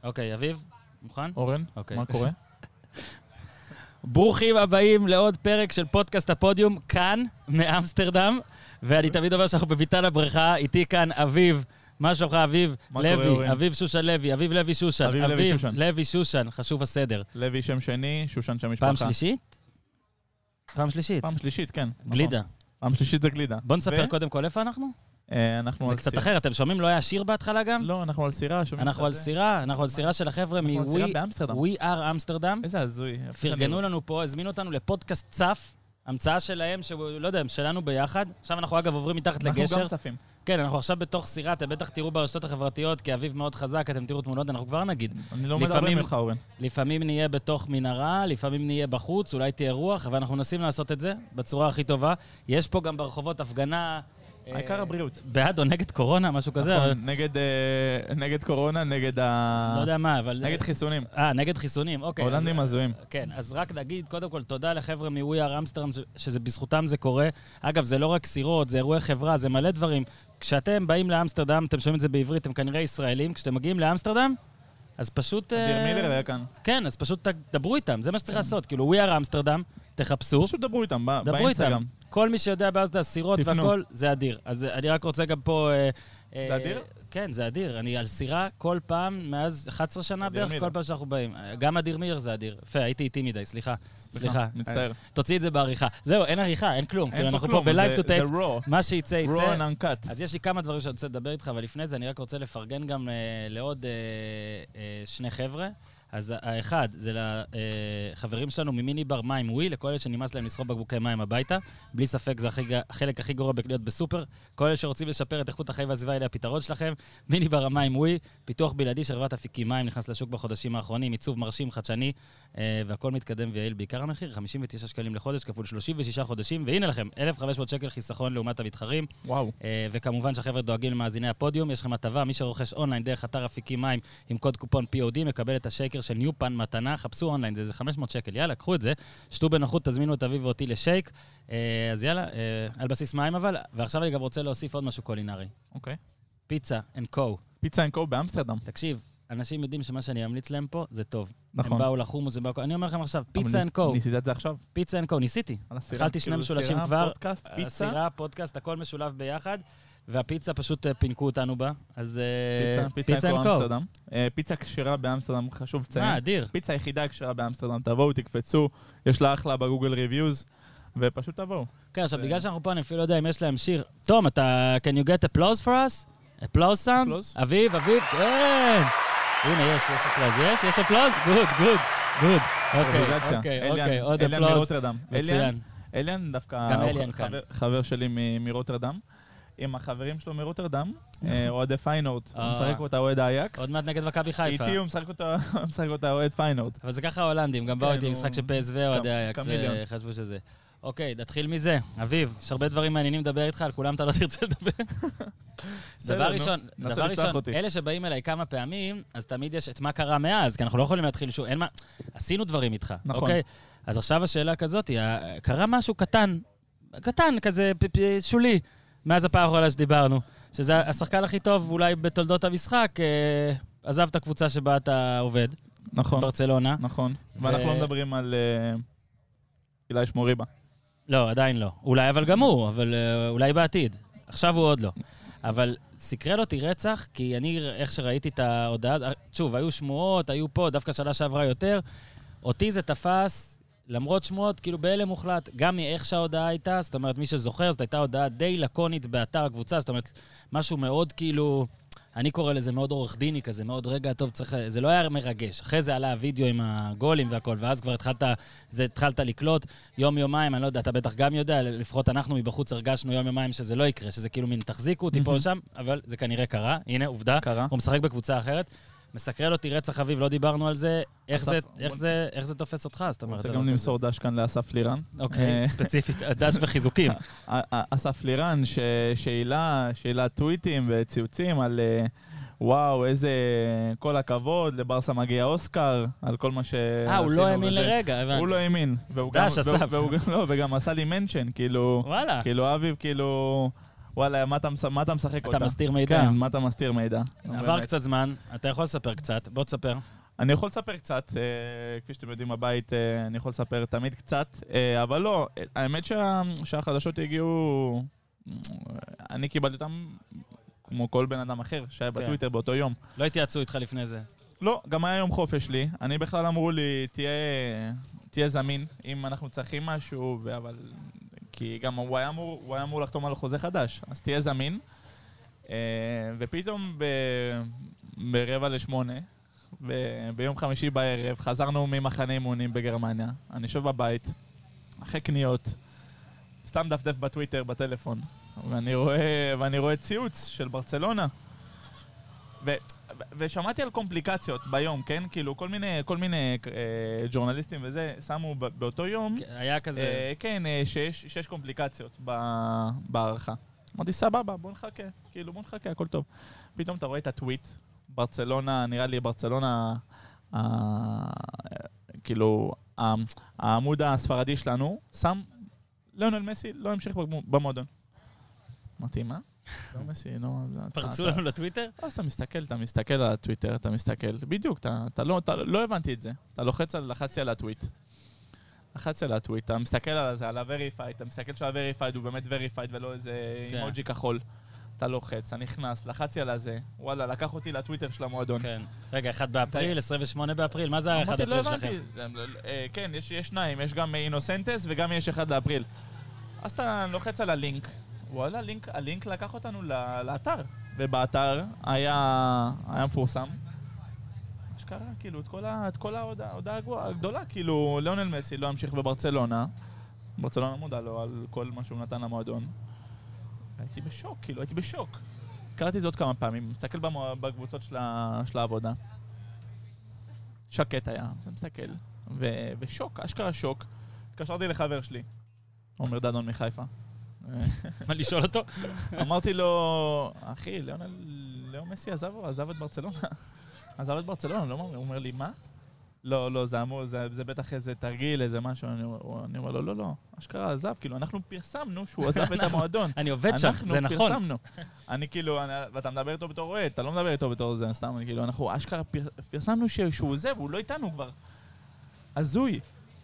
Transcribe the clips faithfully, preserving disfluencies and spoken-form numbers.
אוקיי, אביב, מוכן? אורן, אוקיי. מה קורה? ברוכים הבאים לעוד פרק של פודקאסט הפודיום, כאן, מאמסטרדם, ואני תמיד אומר שאנחנו בביתן הבריכה, איתי כאן אביב, מה שלומך אביב? לוי, אביב שושן לוי, אביב לוי שושן, אביב לוי שושן. לוי שושן, חשוב הסדר. לוי שם שני, שושן שם משפחה. פעם שלישית? פעם שלישית. פעם שלישית, כן. גלידה. פעם שלישית זה גלידה. בוא נספר קודם כל איפה אנחנו? אנחנו זה על קצת סירה. אחר, אתם שומעים? לא היה שיר בהתחלה גם? לא, אנחנו על סירה. אנחנו על סירה, אנחנו על סירה של החבר'ה מ- אנחנו על סירה We- באמסטרדם. We are אמסטרדם. איזה הזוי. פרגנו לנו פה, הזמינו אותנו לפודקאסט צף, המצאה שלהם, שלא יודע, שלנו ביחד. עכשיו אנחנו אגב עוברים מתחת לגשר. אנחנו גם צפים. כן, אנחנו עכשיו בתוך סירה, אתם בטח תראו ברשתות החברתיות, כי אביב מאוד חזק, אתם תראו תמונות, אנחנו כבר נגיד. אני לא מדבר לפעמים- ממך, אורן. לפעמים נהיה בתוך מנהרה, לפעמים נהיה בחוץ, אולי תהיה רוח, אבל אנחנו מנסים לעשות את זה בצורה הכי טובה. יש פה גם ברחובות הפגנה... העיקר אה, הבריאות. בעד או נגד קורונה, משהו כזה. אבל- נכון, נגד, אה, נגד קורונה, נגד ה... לא יודע מה, אבל... נגד חיסונים. אה, נגד חיסונים, אוקיי. אז- הולנדים הזויים. כן, אז רק נגיד, קודם כל, תודה לחבר'ה מ-We are אמסטרדם, ש- שזה בזכותם זה קורה. אגב, זה לא רק סירות, זה אירועי חברה, זה מלא דברים. כשאתם באים לאמסטרדם, אתם שומעים את זה בעברית, אתם כנראה ישראלים, כשאתם מגיעים לאמסטרדם, אז פשוט... אדיר אה, מילר היה כאן. כן, אז פשוט תדברו איתם, זה מה שצריך לעשות. כאילו, We are אמסטרדם, תחפשו, פשוט דברו איתם, ב- דברו באינסטגרם. איתם. כל מי שיודע בעז את הסירות תפנו. והכל, זה אדיר. אז אני רק רוצה גם פה... אה, אה, זה אדיר? כן, זה אדיר. אני על סירה כל פעם, מאז אחת עשרה שנה אדיר בערך, מילר. כל פעם שאנחנו באים. גם אדיר מילר זה אדיר. יפה, הייתי איטי מדי, סליחה. סליחה. מצטער. תוציא את זה בעריכה. זהו, אין עריכה, אין כלום. אין כאילו, פה אנחנו פה כלום, בלייב זה- טו טייפ, זה raw. מה שיצא raw יצא. and uncut. אז יש לי כמה דברים שאני רוצה לדבר איתך, אבל לפני זה אני רק רוצה לפרגן גם אה, לעוד אה, אה, שני חבר'ה. אז האחד, זה לחברים שלנו ממיני בר מים ווי, לכל אלה שנמאס להם לסחוב בקבוקי מים הביתה. בלי ספק, זה הכי, החלק הכי גרוע בלהיות בסופר. כל אלה שרוצים לשפר את איכות החיים והסביבה, אלה הפתרון שלכם. מיני בר המים ווי, פיתוח בלעדי של חברת אפיקים מים, נכנס לשוק בחודשים האחרונים, עיצוב מרשים, חדשני, אה, והכל מתקדם ויעיל. בעיקר המחיר, חמישים ותשעה שקלים לחודש, כפול שלושים ושישה חודשים, והנה לכם, אלף וחמש מאות שקל חיסכון לעומת המתחרים. וואו. אה, וכמובן שהחבר'ה דואגים למאזיני הפודיום, יש לכם הטבה, מי שרוכש אונליין דרך אתר אפיקים מים עם קוד קופון פי או די מקבל את השייקר של ניופן מתנה, חפשו אונליין, זה איזה חמש מאות שקל, יאללה, קחו את זה, שתו בנוחות, תזמינו את אביב ואותי לשייק, אה, אז יאללה, אה, על בסיס מים אבל, ועכשיו אני גם רוצה להוסיף עוד משהו קולינרי, אוקיי. פיצה אנד קו, פיצה אנד קו באמסטרדם. תקשיב, אנשים יודעים שמה שאני אמליץ להם פה זה טוב, נכון. הם באו לחומוס, הם באו, אני אומר לכם עכשיו, פיצה אבל אנד קו, ניסית את זה עכשיו? פיצה אנד קו, ניסיתי, על הסירה? אכלתי שני כאילו משולשים סירה, כבר, פודקאסט, פיצה? הסירה, פודקאסט, הכל משולב ביחד, והפיצה פשוט אה, פינקו אותנו בה, אז אה, פיצה, פיצה and אנד Co. קו אמסטרדם. אה, פיצה כשרה באמסטרדם, חשוב לציין. מה, אדיר. פיצה היחידה כשרה באמסטרדם, תבואו, תקפצו, יש לה אחלה בגוגל ריוויוז, ופשוט תבואו. כן, עכשיו, בגלל שאנחנו פה, אני אפילו לא יודע אם יש להם שיר. תום, אתה... Can you get applause for us? applause sound? Applause? אביב, אביב, כן! הנה, יש, יש applause. יש? יש applause? גוד, גוד, גוד. אוקיי, אימפרוביזציה. אוקיי, אליאן- אוקיי, עוד אליאן applause. מרוטרדם. מצוין. אליאן- אליאן דווקא... גם הוא אליאן ח- כאן. חבר- חבר שלי מ- מרוטרדם. עם החברים שלו מרוטרדם, אה, אוהדי פיינורד. הוא אה. משחק אותה אוהד האייקס. עוד מעט נגד מכבי חיפה. איתי הוא משחק אותה הוא משחק אותה אוהד פיינורד. אבל זה ככה ההולנדים, גם באו כן, איתי הוא- משחק של פי אס וי או קם- עדי אייקס, קמיליון. וחשבו שזה. אוקיי, נתחיל מזה. אביב, יש הרבה דברים מעניינים לדבר איתך, על כולם אתה לא תרצה לדבר. בסדר, דבר נו, ראשון, נסה דבר לפתוח ראשון, אותי. אלה שבאים אליי כמה פעמים, אז תמיד יש את מה קרה מאז, כי אנחנו לא יכולים להתחיל שוב, אין מה, עשינו דברים איתך, נכון. אוקיי? אז עכשיו השאלה כזאת, היא, ה- קרה משהו קטן, קטן, כזה פ- פ- שולי, מאז הפעם האחרונה שדיברנו, שזה השחקן הכי טוב אולי בתולדות המשחק, אה, עזב את הקבוצה שבה אתה עובד, נכון, ברצלונה. נכון. ו- ואנחנו לא מדברים על אה, אילי שמוריבה. לא, עדיין לא. אולי אבל גם הוא, אבל אה, אולי בעתיד. עכשיו הוא עוד לא. אבל סקרל אותי רצח, כי אני, איך שראיתי את ההודעה, שוב, היו שמועות, היו פה, דווקא שנה שעברה יותר. אותי זה תפס, למרות שמועות, כאילו בהלם מוחלט, גם מאיך שההודעה הייתה, זאת אומרת, מי שזוכר, זאת הייתה הודעה די לקונית באתר הקבוצה, זאת אומרת, משהו מאוד כאילו, אני קורא לזה מאוד עורך דיני כזה, מאוד רגע טוב, צריך, זה לא היה מרגש. אחרי זה עלה הוידאו עם הגולים והכל, ואז כבר התחלת, זה התחלת לקלוט יום-יומיים, אני לא יודע, אתה בטח גם יודע, לפחות אנחנו מבחוץ הרגשנו יום-יומיים שזה לא יקרה, שזה כאילו מין תחזיקו אותי פה ושם, אבל זה כנראה קרה, הנה, עובדה, קרה. הוא משחק בקבוצה אחרת. מסקרל אותי רצח אביב, לא דיברנו על זה, איך אסף, זה, בוא- איך זה, איך זה תופס אותך, זאת אני אומרת. רוצה דבר גם כזה. למסור דש כאן לאסף לירן. אוקיי, אה, ספציפית, דש וחיזוקים. א- א- אסף לירן, ש- שאלה, שאלה טוויטים וציוצים על אה, וואו, איזה כל הכבוד, לברסה מגיע אוסקר, על כל מה שעשינו. אה, הוא לא האמין וזה. לרגע, הבנתי. הוא לא האמין. והוא דש, גם- אסף. והוא- והוא- לא, וגם עשה לי מנשן, כאילו, וואלה. כאילו אביב, כאילו, וואלה, מה אתה משחק אותה? אתה מסתיר מידע. כן, מה אתה מסתיר מידע. עבר קצת זמן, אתה יכול לספר קצת, בוא תספר. אני יכול לספר קצת, כפי שאתם יודעים בבית, אני יכול לספר תמיד קצת, אבל לא, האמת שהחדשות הגיעו, אני קיבלתי אותם כמו כל בן אדם אחר שהיה בטוויטר באותו יום. לא התייעצו איתך לפני זה. לא, גם היה יום חופש לי. אני בכלל אמרו לי, תהיה, תהיה זמין אם אנחנו צריכים משהו, אבל... כי גם הוא היה אמור, הוא היה אמור לחתום על חוזה חדש, אז תהיה זמין. ופתאום ב, ברבע לשמונה, ב, ביום חמישי בערב, חזרנו ממחנה אימונים בגרמניה. אני יושב בבית, אחרי קניות, סתם דפדף בטוויטר, בטלפון, ואני רואה, ואני רואה ציוץ של ברצלונה. ו... ושמעתי על קומפליקציות ביום, כן? כאילו, כל מיני, כל מיני אה, ג'ורנליסטים וזה, שמו באותו יום... היה כזה... אה, כן, אה, שיש, שיש קומפליקציות בערכה. אמרתי, סבבה, בוא נחכה, כאילו, בוא נחכה, הכל טוב. פתאום אתה רואה את הטוויט, ברצלונה, נראה לי ברצלונה, אה, כאילו, אה, העמוד הספרדי שלנו, שם, ליאונל מסי לא המשיך במועדון. אמרתי, מה? לא מסי, לא... פרצו לנו לטוויטר? אז אתה מסתכל, אתה מסתכל על הטוויטר, אתה מסתכל, בדיוק, אתה לא הבנתי את זה. אתה לוחץ על, לחצתי על הטוויט. לחצתי על הטוויט, אתה מסתכל על זה, על ה-verified, אתה מסתכל שה-verified הוא באמת verified ולא איזה אימוג'י כחול. אתה לוחץ, אתה נכנס, לחצתי על הזה, וואלה, לקח אותי לטוויטר של המועדון. כן. רגע, אחד באפריל, עשרים ושמונה באפריל, מה זה ה-אחד באפריל שלכם? כן, יש שניים, יש גם אינוסנטס וגם יש אחד באפריל. אז אתה לוחץ על הלינק. וואלה, הלינק, הלינק לקח אותנו לאתר, ובאתר היה, היה מפורסם. אשכרה, כאילו, את כל, ה, את כל ההודעה הגדולה, כאילו, ליאונל מסי לא המשיך בברצלונה, ברצלונה מודע לו על כל מה שהוא נתן למועדון. הייתי בשוק, כאילו, הייתי בשוק. קראתי את זה עוד כמה פעמים, מסתכל בקבוצות של, של העבודה. שקט היה, זה מסתכל, ו, ושוק, אשכרה שוק. התקשרתי לחבר שלי, עומר דדון מחיפה. מה לשאול אותו? אמרתי לו, אחי, ליאו מסי עזב את ברצלונה. עזב את ברצלונה, הוא אומר לי, מה? לא, לא, זה בטח איזה תרגיל, איזה משהו. אני אומר לו, לא, לא, אשכרה עזב, כאילו, אנחנו פרסמנו שהוא עזב את המועדון. אני עובד שם, זה נכון. אנחנו פרסמנו. אני כאילו, ואתה מדבר איתו בתור אוהד, אתה לא מדבר איתו בתור זה, סתם, כאילו, אנחנו אשכרה פרסמנו שהוא עזב, הוא לא איתנו כבר. הזוי.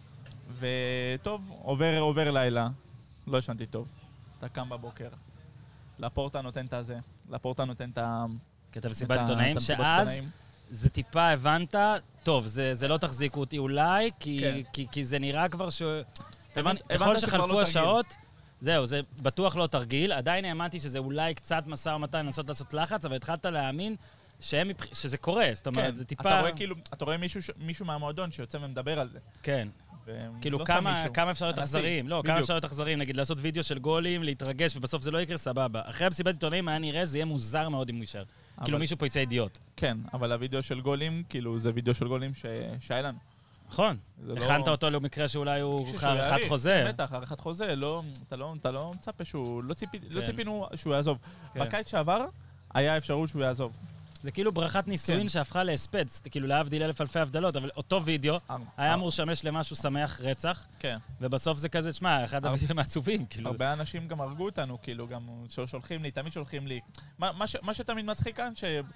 וטוב, עובר לילה, לא ישנתי טוב. אתה קם בבוקר, לפורטה נותן את הזה, לפורטה נותן את ה... כתב מסיבת עיתונאים, שאז זה טיפה הבנת, טוב, זה לא תחזיקו אותי אולי, כי זה נראה כבר ש... ככל שחלפו השעות, זהו, זה בטוח לא תרגיל, עדיין האמנתי שזה אולי קצת מסע ומתן לנסות לעשות לחץ, אבל התחלת להאמין שזה קורה, זאת אומרת, זה טיפה... אתה רואה כאילו, אתה רואה מישהו מהמועדון שיוצא ומדבר על זה. כן. כאילו כמה אפשר להיות אכזריים, לא, כמה אפשר להיות אכזריים, נגיד לעשות וידאו של גולים, להתרגש, ובסוף זה לא יקרה סבבה. אחרי המסיבת עיתונאים היה נראה שזה יהיה מוזר מאוד אם הוא יישאר. כאילו מישהו פה יצא אידיוט. כן, אבל הוידאו של גולים, כאילו זה וידאו של גולים שהיה לנו. נכון. הכנת אותו למקרה שאולי הוא עריכת חוזה. בטח, עריכת חוזה, אתה לא מצפה שהוא, לא ציפינו שהוא יעזוב. בקיץ שעבר היה אפשרות שהוא יעזוב. זה כאילו ברכת נישואין שהפכה להספד, כאילו להבדיל אלף אלפי הבדלות, אבל אותו וידאו היה אמור לשמש למשהו שמח רצח, ובסוף זה כזה, תשמע, אחד הוידאוים מעצובים, כאילו. הרבה אנשים גם הרגו אותנו, כאילו, גם שולחים לי, תמיד שולחים לי. מה שתמיד מצחיק כאן,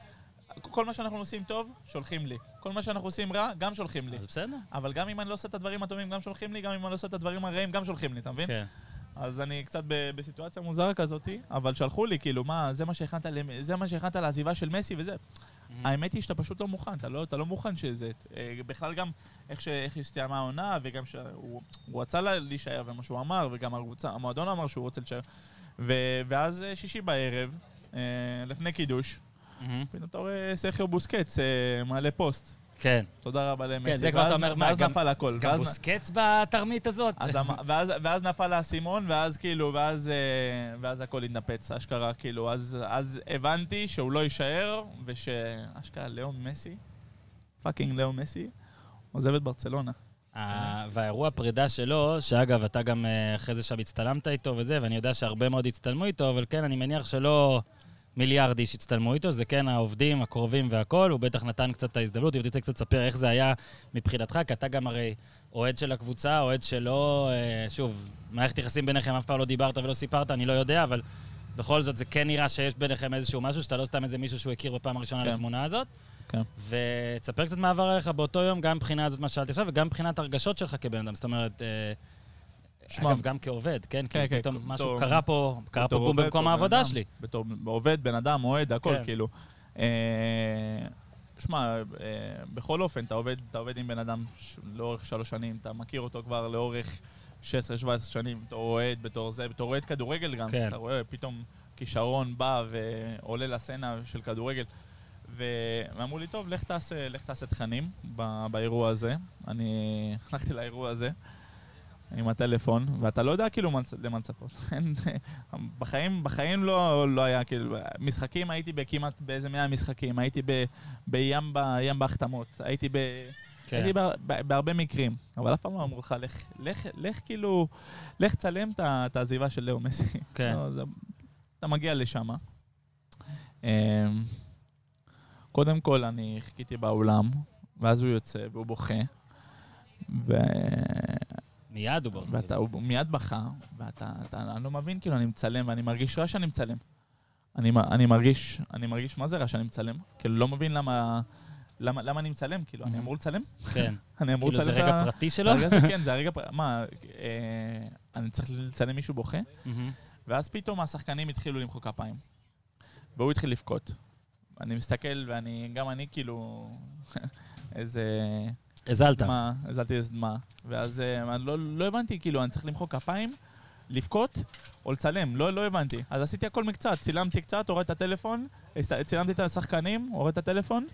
שכל מה שאנחנו עושים טוב, שולחים לי. כל מה שאנחנו עושים רע, גם שולחים לי. אז בסדר. אבל גם אם אני לא עושה את הדברים הטובים, גם שולחים לי, גם אם אני לא עושה את הדברים הרעים, גם שולחים לי, אתה מבין? כן. אז אני קצת בסיטואציה מוזרה כזאת, אבל שלחו לי, כאילו, מה, זה מה שהכנת, זה מה שהכנת לעזיבה של מסי וזה. האמת היא שאתה פשוט לא מוכן, אתה לא, אתה לא מוכן שזה... בכלל גם איך שהסתיימה העונה, וגם שהוא רצה להישאר ומה שהוא אמר, וגם המועדון אמר שהוא רוצה להישאר. ואז שישי בערב, לפני קידוש, פתאום אתה רואה סרחיו בוסקץ מעלה פוסט. כן. תודה רבה למסי. כן, זה כבר אתה אומר, מה, ואז נפל הכל. גם בוסקץ בתרמית הזאת. ואז נפל האסימון, ואז כאילו, ואז הכל התנפץ, אשכרה, כאילו, אז הבנתי שהוא לא יישאר, ושאשכרה לאו מסי, פאקינג לאו מסי, עוזב את ברצלונה. והאירוע הפרידה שלו, שאגב, אתה גם אחרי זה שם הצטלמת איתו וזה, ואני יודע שהרבה מאוד הצטלמו איתו, אבל כן, אני מניח שלא... מיליארד איש הצטלמו איתו, זה כן העובדים, הקרובים והכל, הוא בטח נתן קצת את ההזדמנות, אם תרצה קצת לספר איך זה היה מבחינתך, כי אתה גם הרי אוהד של הקבוצה, אוהד שלא, שוב, מערכת יחסים ביניכם אף פעם לא דיברת ולא סיפרת, אני לא יודע, אבל בכל זאת, זה כן נראה שיש ביניכם איזשהו משהו, שאתה לא סתם איזה מישהו שהוא הכיר בפעם הראשונה לתמונה הזאת. כן. ותספר קצת מה עבר עליך באותו יום, גם מבחינה הזאת מה שאלתי עכשיו, וגם מבחינת הרגשות שלך כבן אדם. זאת אומרת, אגב, גם כעובד, כן? כי פתאום משהו קרה פה, קרה פה בום במקום העבודה שלי. בתור עובד, בן אדם, אוהד, הכל, כאילו. שמע, בכל אופן, אתה עובד, אתה עובד עם בן אדם לאורך שלוש שנים, אתה מכיר אותו כבר לאורך שש עשרה שבע עשרה שנים, בתור אוהד, בתור זה, בתור אוהד כדורגל גם. אתה רואה, פתאום כישרון בא ועולה לסצנה של כדורגל. ואמרו לי, טוב, לך תעשה, לך תעשה תכנים באירוע הזה. אני הלכתי לאירוע הזה עם הטלפון, ואתה לא יודע כאילו למה לצפות. בחיים, בחיים לא, לא היה כאילו, משחקים הייתי בכמעט באיזה מאה משחקים, הייתי בים בהחתמות, הייתי ב... כן. הייתי בהרבה מקרים, אבל אף פעם לא אמרו לך, לך, לך, לך כאילו, לך צלם את העזיבה של לאו מסי. כן. לא, זה, אתה מגיע לשם. קודם כל אני חיכיתי באולם, ואז הוא יוצא והוא בוכה, ו... מיד הוא בוכה. ואתה, הוא מיד בכה, ואתה, אתה, אני לא מבין, כאילו, אני מצלם, ואני מרגיש רע שאני מצלם. אני, אני מרגיש, אני מרגיש מה זה רע שאני מצלם, כאילו, לא מבין למה, למה, למה אני מצלם, כאילו, אני אמור לצלם? כן. אני אמור לצלם. כאילו, זה רגע פרטי שלו? הרגע זה כן, זה הרגע, מה, אה, אני צריך לצלם מישהו בוכה, ואז פתאום השחקנים התחילו למחוא כפיים, והוא התחיל לבכות. אני מסתכל, ואני, גם אני, כאילו, איזה... הזלת. דמה, הזלתי איזה דמה. ואז אני לא, לא הבנתי, כאילו, אני צריך למחוא כפיים, לבכות או לצלם, לא, לא הבנתי. אז עשיתי הכל מקצת, צילמתי קצת, הורד את הטלפון, צילמתי את השחקנים, הורד את הטלפון,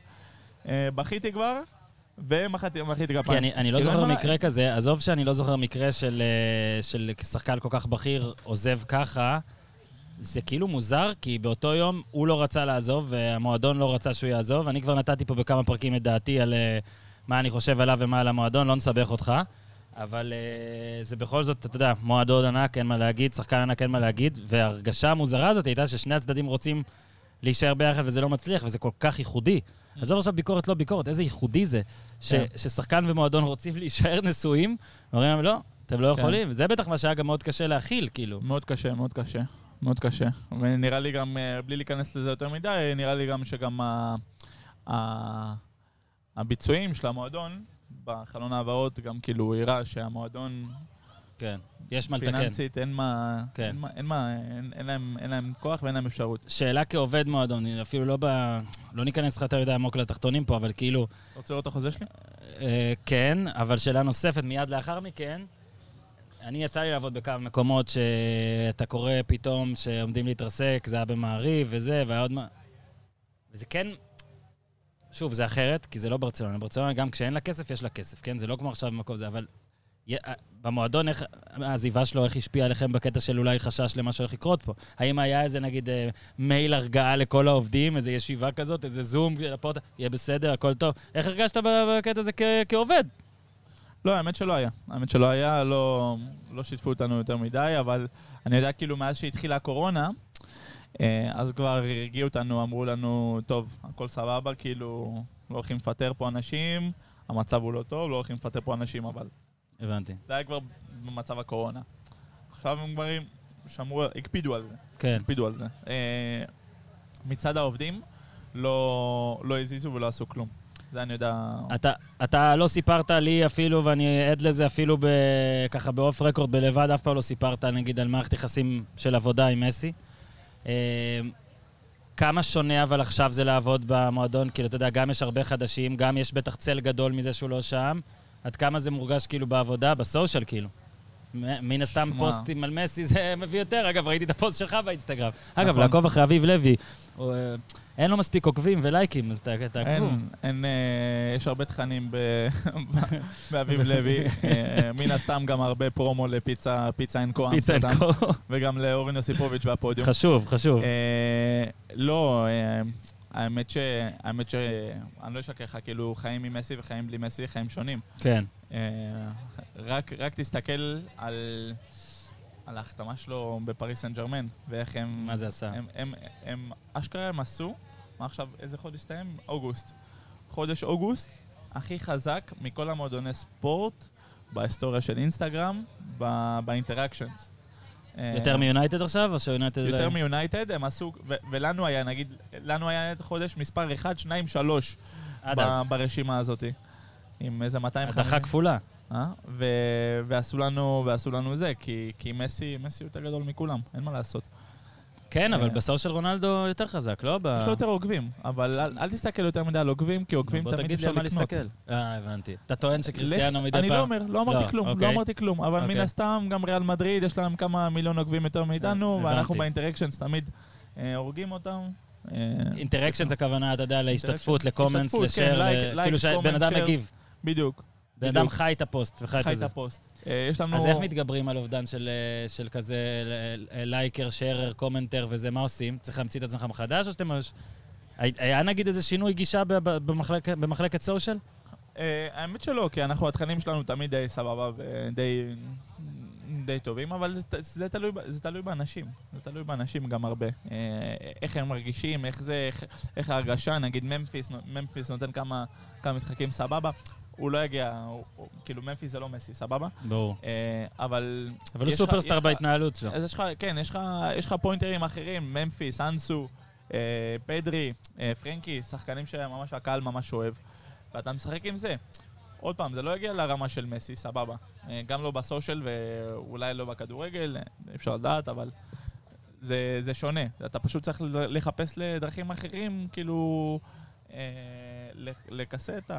בכיתי כבר, ומחאתי כפיים. כי אני, אני לא זוכר מקרה כזה, עזוב שאני לא זוכר מקרה של, של שחקן כל כך בכיר עוזב ככה, זה כאילו מוזר, כי באותו יום הוא לא רצה לעזוב, והמועדון לא רצה שהוא יעזוב. אני כבר נתתי פה בכמה פרקים את דעתי על מה אני חושב עליו ומה על המועדון, לא נסבך אותך. אבל uh, זה בכל זאת, אתה יודע, מועדון ענק, אין מה להגיד, שחקן ענק, אין מה להגיד, וההרגשה המוזרה הזאת הייתה ששני הצדדים רוצים להישאר ביחד וזה לא מצליח, וזה כל כך ייחודי. אז זו עכשיו ביקורת, לא ביקורת, איזה ייחודי זה, ש- ששחקן ומועדון רוצים להישאר נשואים, ואומרים להם, לא, אתם לא יכולים. זה בטח מה שהיה גם מאוד קשה להכיל, כאילו. מאוד קשה, מאוד קשה. מאוד קשה. ונראה לי גם, בלי להיכנס לזה יותר מדי, נראה לי גם שגם ה- ה- הביצועים של המועדון, בחלון העברות, גם כאילו הראה שהמועדון... כן, יש מה לתקן. פיננסית, אין מה... כן. אין מה, אין מה, אין, אין להם, אין להם כוח ואין להם אפשרות. שאלה כעובד מועדון, אפילו לא ב... לא ניכנס לך, אתה יודע, עמוק לתחתונים פה, אבל כאילו... רוצה לראות את החוזה שלי? אה, כן, אבל שאלה נוספת, מיד לאחר מכן, אני יצא לי לעבוד בכמה מקומות שאתה קורא פתאום שעומדים להתרסק, זה היה במעריב וזה, והיה עוד מה... וזה כן... שוב, זה אחרת, כי זה לא ברצלונה. ברצלונה גם כשאין לה כסף, יש לה כסף, כן? זה לא כמו עכשיו במקום זה, אבל... במועדון, איך, העזיבה שלו, איך השפיע עליכם בקטע של אולי חשש למה שהולך לקרות פה? האם היה איזה, נגיד, מייל הרגעה לכל העובדים, איזו ישיבה כזאת, איזה זום, לפורט, יהיה בסדר, הכל טוב? איך הרגשת בקטע הזה כ- כעובד? לא, האמת שלא היה. האמת שלא היה, לא, לא שיתפו אותנו יותר מדי, אבל אני יודע, כאילו, מאז שהתחילה הקורונה, אז כבר הגיעו אותנו, אמרו לנו, טוב, הכל סבבה, כאילו, לא הולכים לפטר פה אנשים, המצב הוא לא טוב, לא הולכים לפטר פה אנשים, אבל... הבנתי. זה היה כבר במצב הקורונה. עכשיו הם כבר שמרו, הקפידו על זה. כן. הקפידו על זה. מצד העובדים, לא, לא הזיזו ולא עשו כלום. זה אני יודע... אתה, אתה לא סיפרת לי אפילו, ואני עד לזה אפילו ב, ככה באוף רקורד בלבד, אף פעם לא סיפרת, נגיד, על מערכת יחסים של עבודה עם מסי. כמה שונה אבל עכשיו זה לעבוד במועדון? כאילו, אתה יודע, גם יש הרבה חדשים, גם יש בטח צל גדול מזה שהוא לא שם. עד כמה זה מורגש כאילו בעבודה, בסושיאל כאילו? מן הסתם פוסטים על מסי זה מביא יותר. אגב, ראיתי את הפוסט שלך באינסטגרם. אגב, לעקוב אחרי אביב לוי, אין לו מספיק עוקבים ולייקים, אז תעקבו. אין, יש הרבה תכנים באביב לוי. מן הסתם גם הרבה פרומו לפיצה, פיצה אנקו. פיצה אנקו. וגם לאורן יוסיפוביץ' והפודיום. חשוב, חשוב. לא, האמת ש... האמת ש... אני לא אשקר לך, כאילו, חיים עם מסי וחיים בלי מסי, חיים שונים. כן. רק, רק תסתכל על... על ההחתמה שלו בפריס סן ג'רמן, ואיך הם... מה זה עשה? הם, הם, הם, אשכרה הם עשו, מה עכשיו, איזה חודש סתיים? אוגוסט. חודש אוגוסט, הכי חזק מכל המועדוני ספורט, בהיסטוריה של אינסטגרם, באינטראקשנס. יותר מיונייטד עכשיו, או שיונייטד... יותר מיונייטד, הם עשו, ולנו היה, נגיד, לנו היה חודש מספר אחד, שניים, שלוש ברשימה הזאת. עם איזה מאתיים וחמישים. הדחה כפולה. ועשו לנו, ועשו לנו זה, כי מסי, מסי יותר גדול מכולם, אין מה לעשות. כן, אבל בסור של רונלדו יותר חזק, לא? יש לו יותר עוקבים, אבל אל תסתכל יותר מדי על עוקבים, כי עוקבים תמיד אפשר לקנות. אה, הבנתי. אתה טוען שקריסטיאנו מדי פעם... אני לא אומר, לא אמרתי כלום, לא אמרתי כלום, אבל מן הסתם גם ריאל מדריד, יש להם כמה מיליון עוקבים יותר מאיתנו, ואנחנו באינטראקשנס תמיד הורגים אותם. אינטראקשנס הכוונה, אתה יודע, להשתתפות, לקומנטס, לשאר, כאילו שבן אדם מגיב. בדיוק. בן אדם חי את הפוסט וחי את זה. חי את הפוסט. אז איך מתגברים על אובדן של כזה לייקר, שרר, קומנטר וזה, מה עושים? צריך להמציא את עצמך מחדש או שאתם... היה נגיד איזה שינוי גישה במחלקת סושיאל? האמת שלא, כי אנחנו, התכנים שלנו תמיד די סבבה ודי טובים, אבל זה תלוי באנשים. זה תלוי באנשים גם הרבה. איך הם מרגישים, איך זה, איך ההרגשה, נגיד ממפיס נותן כמה משחקים סבבה. הוא לא יגיע, כאילו ממפיס זה לא מסי, סבבה? ברור. אבל... אבל הוא סופרסטאר בהתנהלות שלו. אז יש לך, כן, יש לך פוינטרים אחרים, ממפיס, אנסו, פדרי, פרנקי, שחקנים שממש הקהל ממש אוהב, ואתה משחק עם זה. עוד פעם, זה לא יגיע לרמה של מסי, סבבה. גם לא בסושיאל ואולי לא בכדורגל, אפשר לדעת, אבל זה שונה. אתה פשוט צריך לחפש לדרכים אחרים, כאילו... לקסות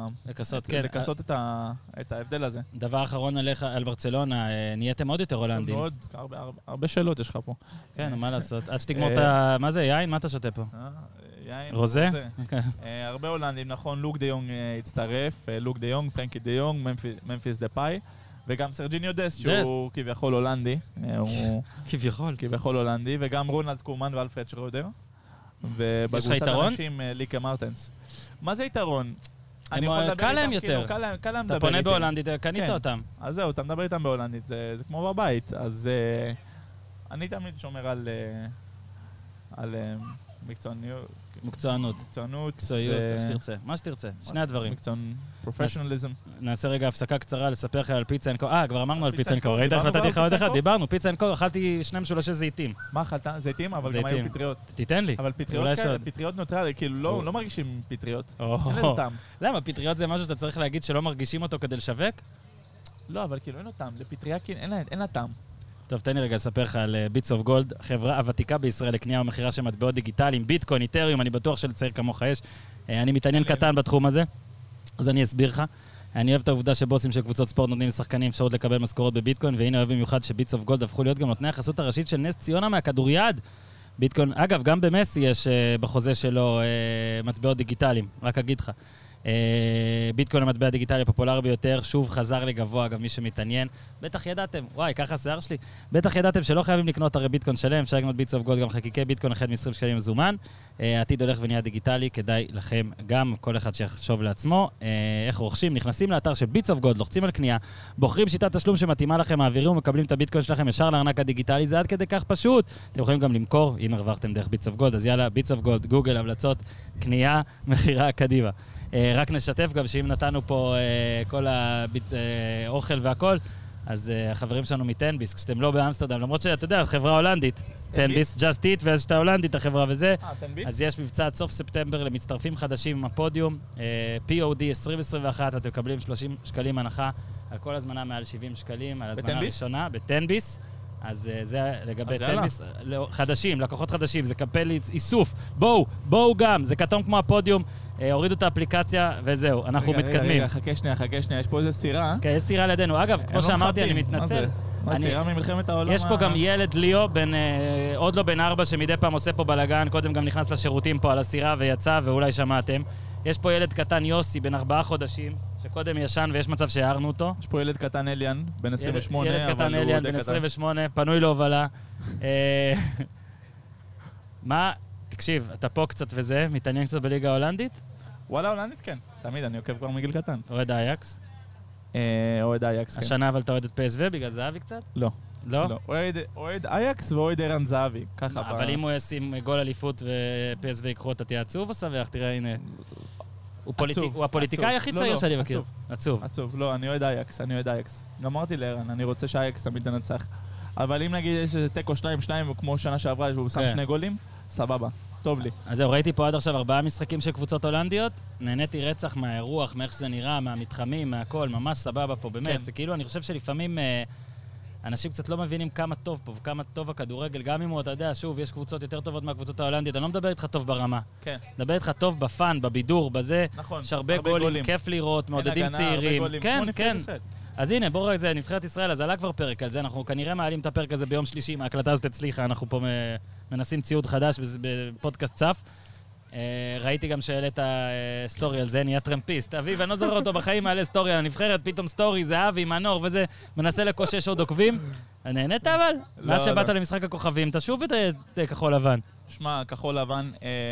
את ההבדל הזה. דבר אחרון עליך, על ברצלונה, נהייתם עוד יותר הולנדים. מאוד, הרבה שאלות יש לך פה. כן, מה לעשות? עד שתגמור את ה... מה זה, יין? מה אתה שותה פה? יין. רוזה? הרבה הולנדים, נכון, לוק דה יונג הצטרף, לוק דה יונג, פרנקי דה יונג, ממפיס דה פאי, וגם סרג'יניו דסט, שהוא כביכול הולנדי. כביכול. כביכול הולנדי, וגם רונלד קומן ואלפרד שרודר. ובקבוצת אנשים ליקה מרטנס. מה זה יתרון? קל להם יותר. אתה פונה בהולנדית, קנית אותם. אז זהו, אתה מדבר איתם בהולנדית, זה כמו בבית. אז אני תמיד שומר על מקצוענות. מקצוענות. מקצוענות. מקצועיות, איך שתרצה. מה שתרצה. שני הדברים. מקצוענות. פרופשיונליזם. נעשה רגע הפסקה קצרה לספר לך על פיצה אנקו. אה, כבר אמרנו על פיצה אנקו. ראית איך נתתי לך עוד אחד? דיברנו, פיצה אנקו, אכלתי שני משולשי זיתים. מה אכלת? זיתים, אבל גם היו פטריות. תיתן לי. אבל פטריות נוטרלי, כאילו לא מרגישים פטריות. אין לזה טעם. למה? פטריות זה משהו שאתה צריך להגיד שלא מרגישים אותו כדי לשווק? לא, אבל כאילו אין לו טעם. לפטריה אין לה טעם. טוב, תן לי רגע לספר לך על ביטס אוף גולד, חברה הוותיקה בישראל לקנייה ומכירה של מטבעות דיגיטליים, ביטקוין, איתריום, אני בטוח שלצעיר כמוך יש. אני מתעניין קטן בתחום הזה, אז אני אסביר לך. אני אוהב את העובדה שבוסים של קבוצות ספורט נותנים לשחקנים אפשרות לקבל משכורות בביטקוין, והנה אוהב במיוחד שביטס אוף גולד הפכו להיות גם נותני החסות הראשית של נס ציונה מהכדוריד. ביטקוין, אגב, גם במסי יש בחוזה שלו מטבעות דיגיטליים, רק אגיד לך. ביטקוין המטבע הדיגיטלי הפופולרי ביותר, שוב חזר לגבוה, אגב, מי שמתעניין. בטח ידעתם, וואי, ככה השיער שלי. בטח ידעתם שלא חייבים לקנות הרי ביטקוין שלם, אפשר לקנות ביטס אוף גולד גם חקיקי ביטקוין החל מ-עשרים שקלים מזומן. העתיד הולך ונהיה דיגיטלי, כדאי לכם גם, כל אחד שיחשוב לעצמו. איך רוכשים, נכנסים לאתר של ביטס אוף גולד, לוחצים על קנייה, בוחרים שיטת תשלום שמתאימה לכם, מעבירים ומקבלים את הביטקוין שלכם ישר לארנק הדיגיטלי, זה עד כדי כך פשוט. אתם יכולים גם למכור, אם הרווחתם דרך ביטס אוף גולד, אז יאללה, ביטס אוף גולד, גוגל, המלצות, קנייה, מחירה, קדימה. רק נשתף גם שאם נתנו פה כל האוכל והכל, אז החברים שלנו מטנביס, כשאתם לא באמסטרדם, למרות שאתה יודע, חברה הולנדית, טנביס, Just Eat, ויש את ההולנדית, החברה וזה, אז יש מבצע עד סוף ספטמבר למצטרפים חדשים עם הפודיום, פי או די עשרים עשרים ואחת, ואתם מקבלים שלושים שקלים הנחה על כל הזמנה מעל שבעים שקלים, על הזמנה הראשונה, בטנביס. אז זה לגבי טנביס, חדשים, לקוחות חדשים, זה קמפיין איסוף, בואו, בואו גם, זה כתום כמו הפודיום, הורידו את האפליקציה וזהו, אנחנו מתקדמים. רגע, רגע, חכה שנייה, חכה שנייה, יש פה איזה סירה. כן, יש סירה לידינו. אגב, כמו שאמרתי, אני מתנצל. מה סירה ממלחמת העולם? יש פה גם ילד ליאו, עוד לא בן ארבע, שמדי פעם עושה פה בלגן, קודם גם נכנס לשירותים פה על הסירה ויצא, ואולי שמעתם. יש פה ילד קטן יוסי, בן ארבעה חודשים, שקודם ישן ויש מצב שהערנו אותו. יש פה ילד קטן אליאן, בן עשרים ושמונה, ילד קטן אליאן, בן עשרים ושמונה, פנוי להובלה. מה, תקשיב, אתה פה קצת וזה, מתעניין קצת בליגה ההולנדית? וואלה, הולנדית כן, תמיד, אני עוקב כבר מגיל קטן. אוהד אייקס? אוהד אייקס, כן. השנה אבל אתה אוהד את פי אס וי בגלל זהבי קצת? לא. לא? אוהד אייקס ואוהד ערן זהבי, ככה. אבל אם הוא ישים גול אליפות ופי אס וי יקחו, אתה תהיה עצוב או שמח? תראה, הנה. הוא הפוליטיקאי הכי צעיר שאני מכיר. עצוב. עצוב, לא, אני אוהד אייקס, אני אוהד אייקס. גם אמרתי לערן, אני רוצה שאייקס תמיד תנצח. אבל אם נגיד יש טקו שתיים שתיים, כמו שנה שעברה, והוא שם שני גולים, סבבה, טוב לי. אז זהו, ראיתי פה עד עכשיו ארבעה משחקים של קבוצות הולנדיות, נהניתי רצח מהאירוח, מאיך שזה נראה, מהמתחמים, מהכל, ממש סבבה פה, באמת. זה כאילו, אני חושב שלפעמים אנשים קצת לא מבינים כמה טוב פה, וכמה טוב הכדורגל, גם אם הוא, אתה יודע, שוב, יש קבוצות יותר טובות מהקבוצות ההולנדיות, אני לא מדבר איתך טוב ברמה. כן. מדבר איתך טוב בפן, בבידור, בזה. נכון. יש הרבה גולים, כיף לראות, מעודדים צעירים. כן, כן. אז הנה, בואו רואה את זה, נבחרת ישראל, אז עלה כבר פרק על זה, אנחנו כנראה מעלים את הפרק הזה ביום שלישי, ההקלטה הזאת הצליחה, אנחנו פה מנסים ציוד חדש בפודקאסט צף. ראיתי גם שהעלית סטורי על זה, נהיה טרמפיסט. אביב, אני לא זוכר אותו בחיים, מעלה סטורי על הנבחרת, פתאום סטורי, זהבי, מנור וזה, מנסה לקושש עוד עוקבים. נהנית אבל? מה שבאת למשחק הכוכבים, תשוב את כחול לבן. שמע, כחול לבן,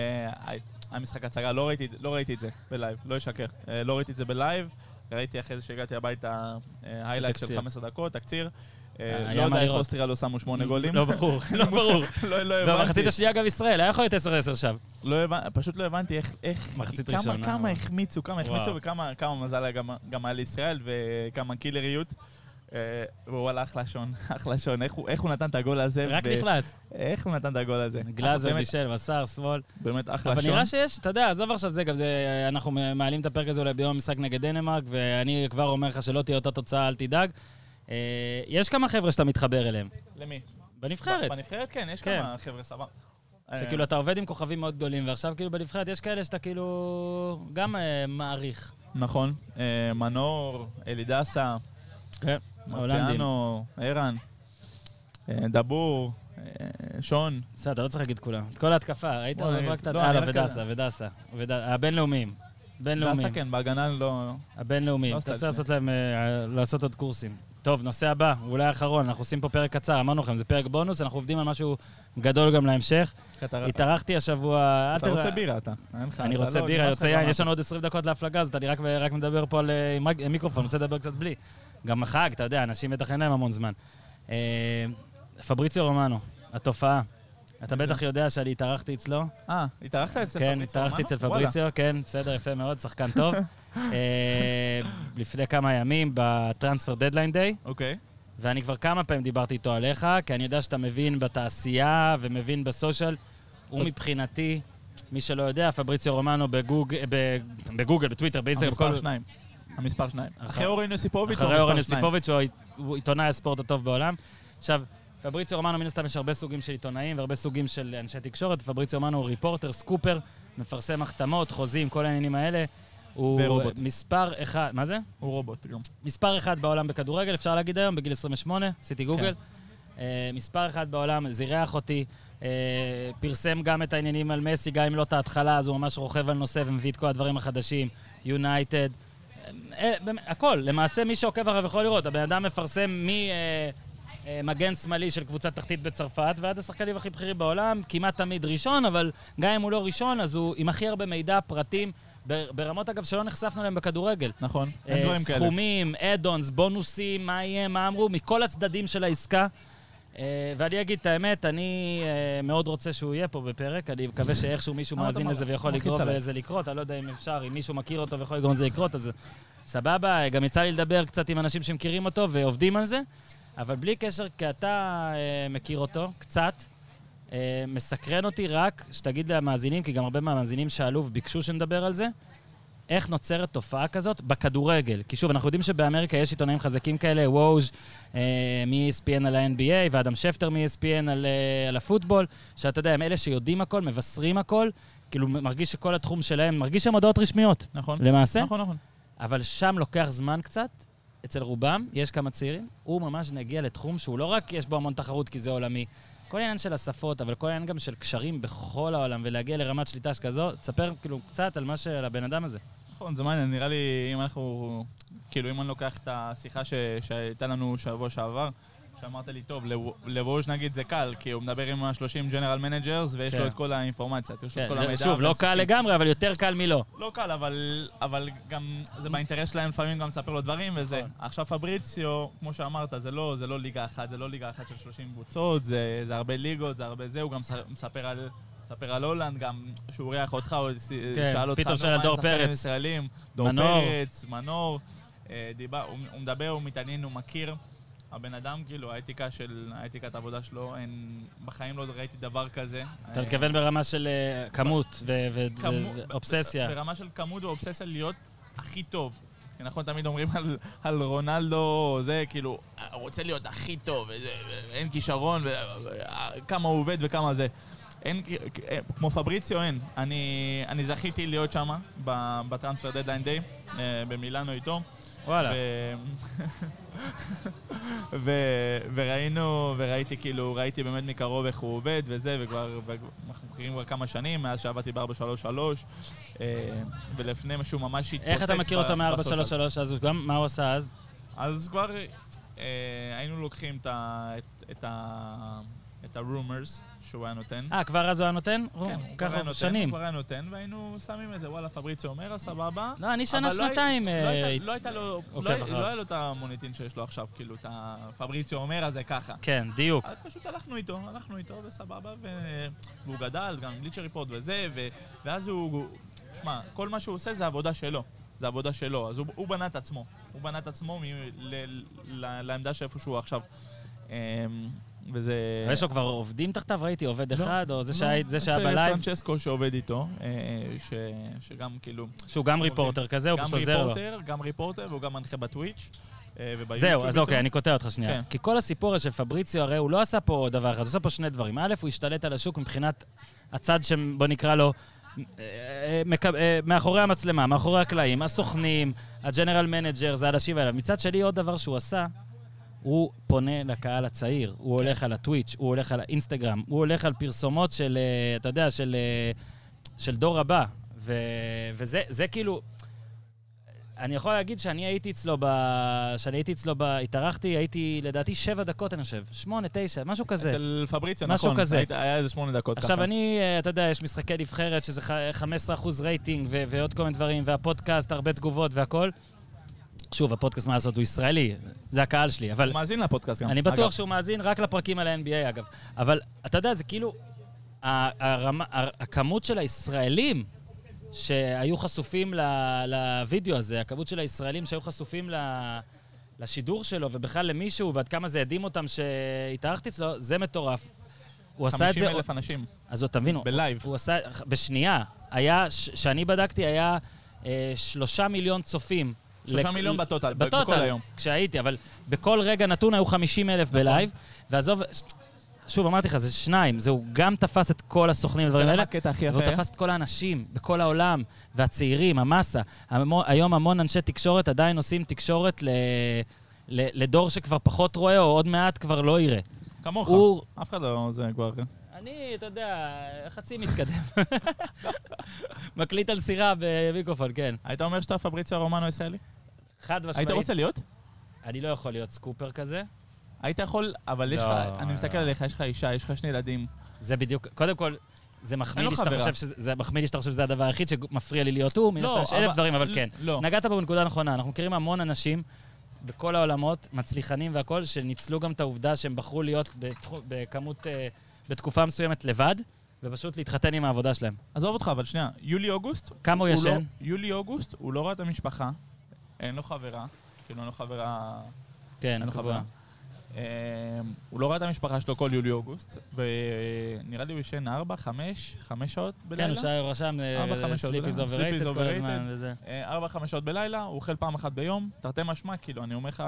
המשחק הצגה, לא ראיתי את זה בלייב, לא אשקר. לא ראיתי את זה בלייב, ראיתי אחרי זה שהגעתי הביתה, היילייט של חמש עשרה דקות, תקציר. לא יודע איך אוסטריה לא שמו שמונה גולים. לא ברור, לא ברור. לא הבנתי. ובמחצית השנייה גם ישראל, היה יכול להיות עשר עשר שם. פשוט לא הבנתי איך... מחצית ראשונה. כמה החמיצו, כמה החמיצו וכמה מזל גם היה לישראל וכמה קילריות. וואלה, אחלה שון, אחלה שון. איך הוא נתן את הגול הזה? רק נכנס. איך הוא נתן את הגול הזה? גלאזר, בישל, בשר, שמאל. באמת אחלה שון. אבל נראה שיש, אתה יודע, עזוב עכשיו זה, גם זה, אנחנו מעלים את הפרק הזה אולי ביום משחק נגד דנמרק, ואני כבר אומר לך שלא תהיה אותה תוצאה, אל תדאג. יש כמה חבר'ה שאתה מתחבר אליהם. למי? בנבחרת. בנבחרת, כן, יש כמה חבר'ה סבבה. שכאילו אתה עובד עם כוכבים מאוד גדולים, ועכשיו כאילו בנבחרת יש כאלה שאתה כאילו גם מעריך. נכון. מנור, אלידסה, מרציאנו, אירן, דבור, שון. בסדר, אתה לא צריך להגיד כולם. את כל ההתקפה, ראית? הלאה, ודסה, ודסה. הבינלאומיים. בינלאומיים. דסה כן, בהגנה לא... הבינלאומיים. אתה צריך לעשות להם, לעשות עוד קורסים. טוב, נושא הבא, אולי האחרון, אנחנו עושים פה פרק קצר, אמרנו לכם, זה פרק בונוס, אנחנו עובדים על משהו גדול גם להמשך. התארחתי השבוע... אתה רוצה בירה, אתה. אני רוצה בירה, יוצא יין, יש לנו עוד עשרים דקות להפלגה, אז אני רק מדבר פה על מיקרופון, רוצה לדבר קצת בלי. גם חג, אתה יודע, אנשים בטח אין להם המון זמן. פבריציו רומנו, התופעה. אתה בטח יודע שאני התארחתי אצלו. אה, התארחת אצל פבריציו רומנו? כן, התארחתי אצל פבריציו, כן, בסדר, יפה מאוד, שחקן טוב. לפני כמה ימים, בטרנספר דדליין דיי. אוקיי. ואני כבר כמה פעמים דיברתי איתו עליך, כי אני יודע שאתה מבין בתעשייה ומבין בסושיאל. הוא מבחינתי, מי שלא יודע, פבריציו רומנו בגוגל, בטוויטר, באינסטגרם. המספר שניים. המספר שניים. אחרי אורן יוסיפוביץ' אחרי אורן יוסיפוביץ' הוא עיתונאי הספורט הטוב בעולם. עכשיו, פבריציו רומנו, מן הסתם יש הרבה סוגים של עיתונאים והרבה סוגים של אנשי תקשורת. פבריציו רומנו הוא ריפורטר, סקופר, מפרסם החתמות, חוזים, כל העניינים האלה. הוא מספר אחד, מה זה? הוא רובוט גם. מספר אחד בעולם בכדורגל, אפשר להגיד היום, בגיל עשרים ושמונה, עשיתי גוגל. מספר אחד בעולם, זירח אותי, פרסם גם את העניינים על מסי, גם אם לא את ההתחלה, אז הוא ממש רוכב על נושא ומביא את כל הדברים החדשים, יונייטד, הכל. למעשה מי שעוקב הרב יכול לראות, הבן אדם מפרסם מי... מגן שמאלי של קבוצת תחתית בצרפת, ועד השחקנים הכי בכירים בעולם, כמעט תמיד ראשון, אבל גם אם הוא לא ראשון, אז הוא עם הכי הרבה מידע, פרטים, ברמות אגב שלא נחשפנו להם בכדורגל. נכון, אין דברים כאלה. סכומים, אדונס, בונוסים, מה יהיה, מה אמרו, מכל הצדדים של העסקה. ואני אגיד את האמת, אני מאוד רוצה שהוא יהיה פה בפרק, אני מקווה שאיכשהו מישהו מאזין לזה ויכול לגרום לזה לקרות, אני לא יודע אם אפשר, אם מישהו מכיר אותו ויכול לגרום לזה לקרות, אז סבבה, גם יצא לי לדבר קצת עם אנשים שמכירים אותו ועובדים על זה. אבל בלי קשר, כי אתה אה, מכיר אותו, קצת, אה, מסקרן אותי רק שתגיד למאזינים, כי גם הרבה מהמאזינים שאלו וביקשו שנדבר על זה, איך נוצרת תופעה כזאת בכדורגל. כי שוב, אנחנו יודעים שבאמריקה יש עיתונאים חזקים כאלה, ווז' אה, מ-E S P N על ה-N B A, ואדם שפטר מ-E S P N על, אה, על הפוטבול, שאתה יודע, הם אלה שיודעים הכל, מבשרים הכל, כאילו מרגיש שכל התחום שלהם, מרגיש שהם הודעות רשמיות. נכון. למעשה. נכון, נכון. אבל שם לוקח זמן קצת, אצל רובם, יש כמה צעירים, הוא ממש נגיע לתחום שהוא לא רק יש בו המון תחרות כי זה עולמי, כל העניין של השפות, אבל כל העניין גם של קשרים בכל העולם, ולהגיע לרמת שליטה שכזו, תספר כאילו קצת על מה של הבן אדם הזה. נכון, זה מעניין, נראה לי אם אנחנו, כאילו אם אני לוקח את השיחה שהייתה לנו שבוע שעבר, שאמרת לי, טוב, לווז' נגיד זה קל, כי הוא מדבר עם ה-שלושים ג'נרל מנג'רס, ויש לו את כל האינפורמציה, יש לו את כל המידע. שוב, לא קל לגמרי, אבל יותר קל מלא. לא קל, אבל גם זה באינטרס שלהם, לפעמים גם לספר לו דברים וזה. עכשיו פבריציו, כמו שאמרת, זה לא ליגה אחת, זה לא ליגה אחת של שלושים קבוצות, זה הרבה ליגות, זה הרבה זה, הוא גם מספר על... מספר על הולנד, גם שהוא ריח אותך, הוא שאל אותך, פתאום של דור פרץ. דור פרץ, מנור, הוא מדבר, הוא מתעניין, הוא מכיר. הבן אדם, כאילו, האתיקה של, האתיקת העבודה שלו, אין, בחיים לא ראיתי דבר כזה. אתה מתכוון ברמה של uh, כמות ואובססיה. ברמה של כמות ואובססיה להיות הכי טוב. נכון, תמיד אומרים על, על רונלדו, זה כאילו, הוא רוצה להיות הכי טוב, וזה, אין כישרון, וכמה הוא עובד וכמה זה. אין, כמו פבריציו אין. אני, אני זכיתי להיות שם, בטרנספר דדליין דיי, במילאנו איתו. וואלה. ו... וראינו, וראיתי כאילו, ראיתי באמת מקרוב איך הוא עובד וזה, וכבר, אנחנו מכירים כבר כמה שנים, מאז שעבדתי ב-ארבע שלוש שלוש, ולפני משהו ממש התפוצץ. איך אתה מכיר אותו מ-ארבע שלוש שלוש, אז גם, מה הוא עשה אז? אז כבר היינו לוקחים את ה... את ה... את ה-rumors שהוא היה נותן. אה, כבר אז הוא היה נותן? כן, הוא כבר היה נותן, שנים. הוא כבר היה נותן, והיינו שמים את זה, וואלה, פבריציו אומר, סבבה. לא, אני שנה, שנתיים. לא הייתה לו, לא היה לו את המוניטין שיש לו עכשיו, כאילו, את הפבריציו אומר הזה ככה. כן, דיוק. אז פשוט הלכנו איתו, הלכנו איתו, וסבבה, והוא גדל, גם ליצ'ר ריפורט וזה, ואז הוא, שמע, כל מה שהוא עושה זה העבודה שלו. זה העבודה שלו, אז הוא בנה את עצמו. הוא בנה את עצמו לעמדה שאיפה שהוא עכשיו. וזה... ויש לו כבר עובדים תחתיו, ראיתי, עובד אחד, או זה שהיה בלייב? יש פרנצ'סקו שעובד איתו, שגם כאילו... שהוא גם ריפורטר כזה, הוא פשוט עוזר לו. גם ריפורטר, והוא גם מנחה בטוויץ'. זהו, אז אוקיי, אני קוטע אותך שנייה. כי כל הסיפור של פבריציו, הרי הוא לא עשה פה דבר אחד, הוא עשה פה שני דברים. א', הוא השתלט על השוק מבחינת הצד שבוא נקרא לו, מאחורי המצלמה, מאחורי הקלעים, הסוכנים, הג'נרל מנג'ר, זה האנשים האלה. מצד שלי, עוד דבר שהוא עשה, הוא פונה לקהל הצעיר, הוא הולך על הטוויץ', הוא הולך על האינסטגרם, הוא הולך על פרסומות של, אתה יודע, של, של דור הבא. ו, וזה זה כאילו... אני יכול להגיד שאני הייתי אצלו ב... שאני הייתי אצלו ב... התארחתי, הייתי לדעתי שבע דקות, אני חושב. שמונה, תשע, משהו כזה. אצל פבריציו, נכון. משהו כזה. היית, היה איזה שמונה דקות עכשיו, ככה. אני, אתה יודע, יש משחקי נבחרת, שזה חמישה עשר אחוז רייטינג ו- ועוד כל מיני דברים, והפודקאסט, הרבה תגובות והכל. שוב, הפודקאסט מה לעשות הוא ישראלי, זה הקהל שלי, אבל... הוא מאזין לפודקאסט גם. אני בטוח אגב. שהוא מאזין רק לפרקים על ה-אן בי איי, אגב. אבל אתה יודע, זה כאילו... הרמה, הכמות של הישראלים שהיו חשופים לוידאו הזה, הכמות של הישראלים שהיו חשופים לשידור שלו, ובכלל למישהו, ועד כמה זה ידים אותם שהתארחתי אצלו, זה מטורף. הוא עשה את זה... חמישים אלף אנשים. אז תבינו. בלייב. הוא עשה... בשנייה. היה, שאני בדקתי, היה אה, שלושה מיליון צופים. שלושה מיליון בטוטל, בכל היום. כשהייתי, אבל בכל רגע נתון היו חמישים אלף בלייב, ועזוב... שוב, אמרתי לך, זה שניים, זהו גם תפס את כל הסוכנים ודברים האלה, והוא תפס את כל האנשים בכל העולם, והצעירים, המסה. היום המון אנשי תקשורת עדיין עושים תקשורת לדור שכבר פחות רואה, או עוד מעט כבר לא יראה. כמוך, אף אחד לא זה כבר... אני, אתה יודע, חצי מתקדם. מקליט על סירה במיקרופון, כן. היית אומר שאתה פבריציו רומנו ישראלי? חד משמעית. היית רוצה להיות? אני לא יכול להיות סקופר כזה. היית יכול, אבל יש לך, אני מסתכל עליך, יש לך אישה, יש לך שני ילדים. זה בדיוק, קודם כל, זה מחמיא לי שאתה חושב שזה, זה מחמיא לי שאתה חושב שזה הדבר היחיד שמפריע לי להיות הוא, מן הסתם יש אלף דברים, אבל כן. נגעת בו בנקודה נכונה, אנחנו מכירים המון אנשים בכל העולמות, מצליחנים והכל, שניצלו גם את העובדה שהם בחרו להיות בכמות, בתקופה מסוימת לבד, ופשוט להתחתן עם העבודה שלהם. עזוב אותך, אבל שנייה, יולי-אוגוסט, כמה הוא ישן? יולי-אוגוסט, הוא לא ראה את המשפחה, אין לו חברה, כאילו אין לו חברה... כן, אין לו חברה. הוא לא ראה את המשפחה שלו כל יולי-אוגוסט, ונראה לי הוא ישן ארבע, חמש, חמש שעות בלילה. כן, הוא רשם sleep is overrated כל הזמן וזה. ארבע, חמש שעות בלילה, הוא אוכל פעם אחת ביום, תרתי משמע, כאילו, אני אומר לך,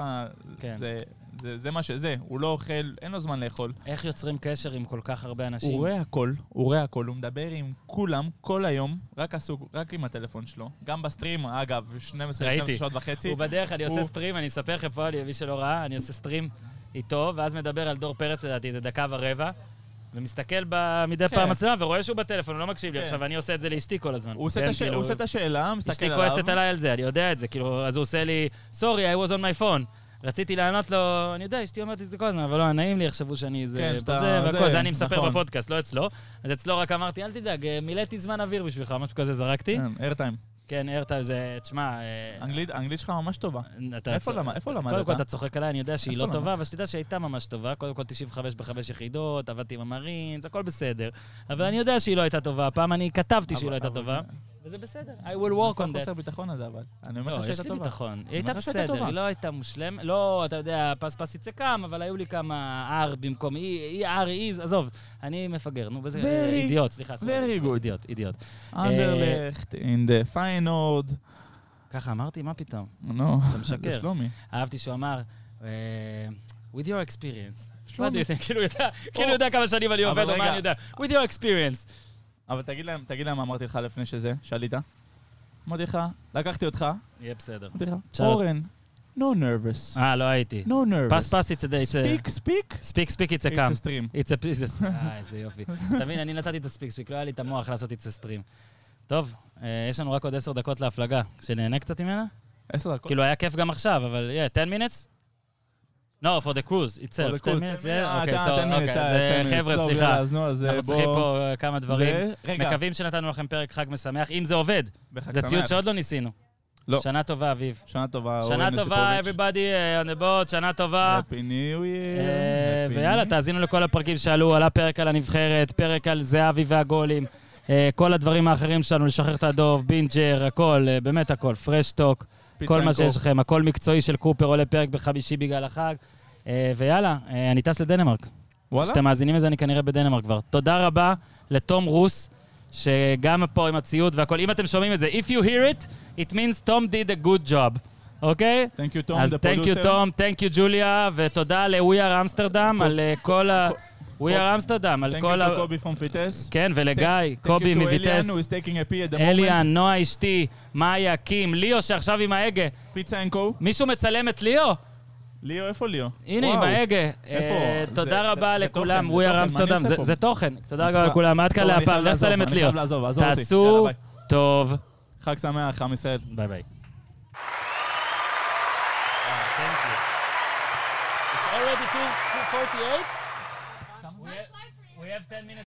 זה מה שזה, הוא לא אוכל, אין לו זמן לאכול. איך יוצרים קשר עם כל כך הרבה אנשים? הוא רואה הכל, הוא רואה הכל, הוא מדבר עם כולם כל היום, רק עסוק, רק עם הטלפון שלו. גם בסטרים, אגב, שתים עשרה שעות וחצי. הוא בדרך, אני עושה סטרים, אני אספר לכם פה, מי שלא ראה, אני עושה סטרים איתו, ואז מדבר על דור פרץ, לדעתי, זה דקה ורבע, ומסתכל מדי פעם מצלמה, ורואה שהוא בטלפון, הוא לא מקשיב לי. עכשיו, אני עושה את זה לאשתי כל הזמן. הוא עושה את השאלה, מסתכל עליו. אשתי כועסת עליי על זה, אני יודע את זה, כאילו, אז הוא עושה לי, sorry, I was on my phone. רציתי לענות לו, אני יודע, אשתי אומרת את זה כל הזמן, אבל לא, נעים לי, יחשבו שאני זה, והכל, זה אני מספר בפודקאסט, לא אצלו. אז אצלו רק אמרתי, אל תדאג, מילאתי זמן אוויר בשבילך, משהו כזה זרקתי. איירטיים. כן, איירטיים זה, תשמע... אנגלית שלך ממש טובה. איפה למדת? קודם כל אתה צוחק עליי, אני יודע שהיא לא טובה, אבל שתדע שהיא הייתה ממש טובה. קודם כל תשעים וחמש בחמש יחידות, עבדתי עם המרינס, הכל בסדר. אבל אני יודע שהיא לא הייתה טובה. פעם אני כתבתי שהיא לא הייתה טובה. וזה בסדר. I will work on that. חוסר ביטחון הזה, אבל. אני אומר לך לא, שהייתה יש לי טובה. ביטחון. היא אני הייתה אומר לך שהייתה בסדר, טובה. היא לא הייתה מושלם. לא, אתה יודע, פס פס יצא קם, אבל היו לי כמה R במקום E, R, E, עזוב, אני מפגר. נו, בזה, Very, אידיוט, סליחה. very good. אידיוט, אידיוט. אנדרלכט, in the Feyenoord. ככה אמרתי, מה פתאום? נו, אתה משקר. זה שלומי. אהבתי שהוא אמר, אה, with your experience. שלומי. מה אתה יודע? כאילו יודע, כאילו יודע כמה שנים אני עובד, או מה אני יודע. with your experience. אבל תגיד להם, תגיד להם מה אמרתי לך לפני שזה, שעלית. אמרתי לך, לקחתי אותך, יהיה בסדר. אמרתי לך, צ'או. אורן, no nervous. אה, לא הייתי. no nervous. פס פס, it's a day. speak, speak. ספיק ספיק, it's a it's come. a stream. it's a please. אה, איזה יופי. אתה מבין, אני נתתי את הספיק ספיק, לא היה לי את המוח לעשות את הסטרים. טוב, אה, יש לנו רק עוד עשר דקות להפלגה. שנהנה קצת ממנה? עשר דקות. כאילו היה כיף גם עכשיו, אבל yeah, ten minutes? No, for the cruise itself. For the ten cruise, minutes, ten yeah? minutes. אוקיי, אה, so, ten minutes, אוקיי, אה, אז ten minutes. חבר'ה, טוב, סליחה. יאללה, אז נו, אז אנחנו בוא- צריכים פה אה, כמה דברים. זה- רגע. מקווים שנתנו לכם פרק חג משמח, אם זה עובד. בחג זה ציוד שמח. שעוד לא ניסינו. לא. שנה טובה, אביב. שנה טובה, שנה אורן טובה, יוסיפוביץ'. everybody uh, on the boat, שנה טובה. Happy New Year. אה, Happy ויאללה, New- תאזינו לכל הפרקים שעלו, עלה פרק על הנבחרת, פרק על זהבי והגולים, אה, כל הדברים האחרים שלנו, לשחרר את הדוב, בינג'ר, הכל, אה, באמת הכל, פרשטוק, כל מה שיש לכם, הכל מקצועי של קופר עולה פרק בחמישי בגלל החג. אה, ויאללה, אה, אני טס לדנמרק. וואלה? כשאתם מאזינים לזה, אני כנראה בדנמרק כבר. תודה רבה לתום רוס, שגם פה עם הציוד והכל, אם אתם שומעים את זה, if you hear it, it means Tom did a good job, אוקיי? Thank you, Tom, אז the thank you producer. Tom, thank you ג'וליה, ותודה ל-We are Amsterdam על אה, כל ה... We are Amsterdam, על Thank כל you ה... to Kobe from Vitesse. כן, ולגיא, Thank קובי you to מויטס, Elian, who is taking a pee at the אליאן, moment. נועה אשתי, מאיה, קים, ליאו שעכשיו עם ההגה. פיצה אנד קו. מישהו מצלם את ליאו? ליאו, איפה ליאו? הנה, עם וואו. ההגה. איפה? אה, זה- תודה זה- רבה זה לכולם, תוכן, We זה are תוכן, מה אני Amsterdam, עושה זה- פה? זה תוכן. תודה אני רבה צריכה- לכולם, עד כאן טוב, אני להפעם, חייב לך לעזוב, צלם את אני ליאו. חייב לעזוב, עזוב אותי. תעשו יאללה, ביי. טוב. חג שמח, עם ישראל. ביי ביי. It's already two forty-eight? We have ten minutes.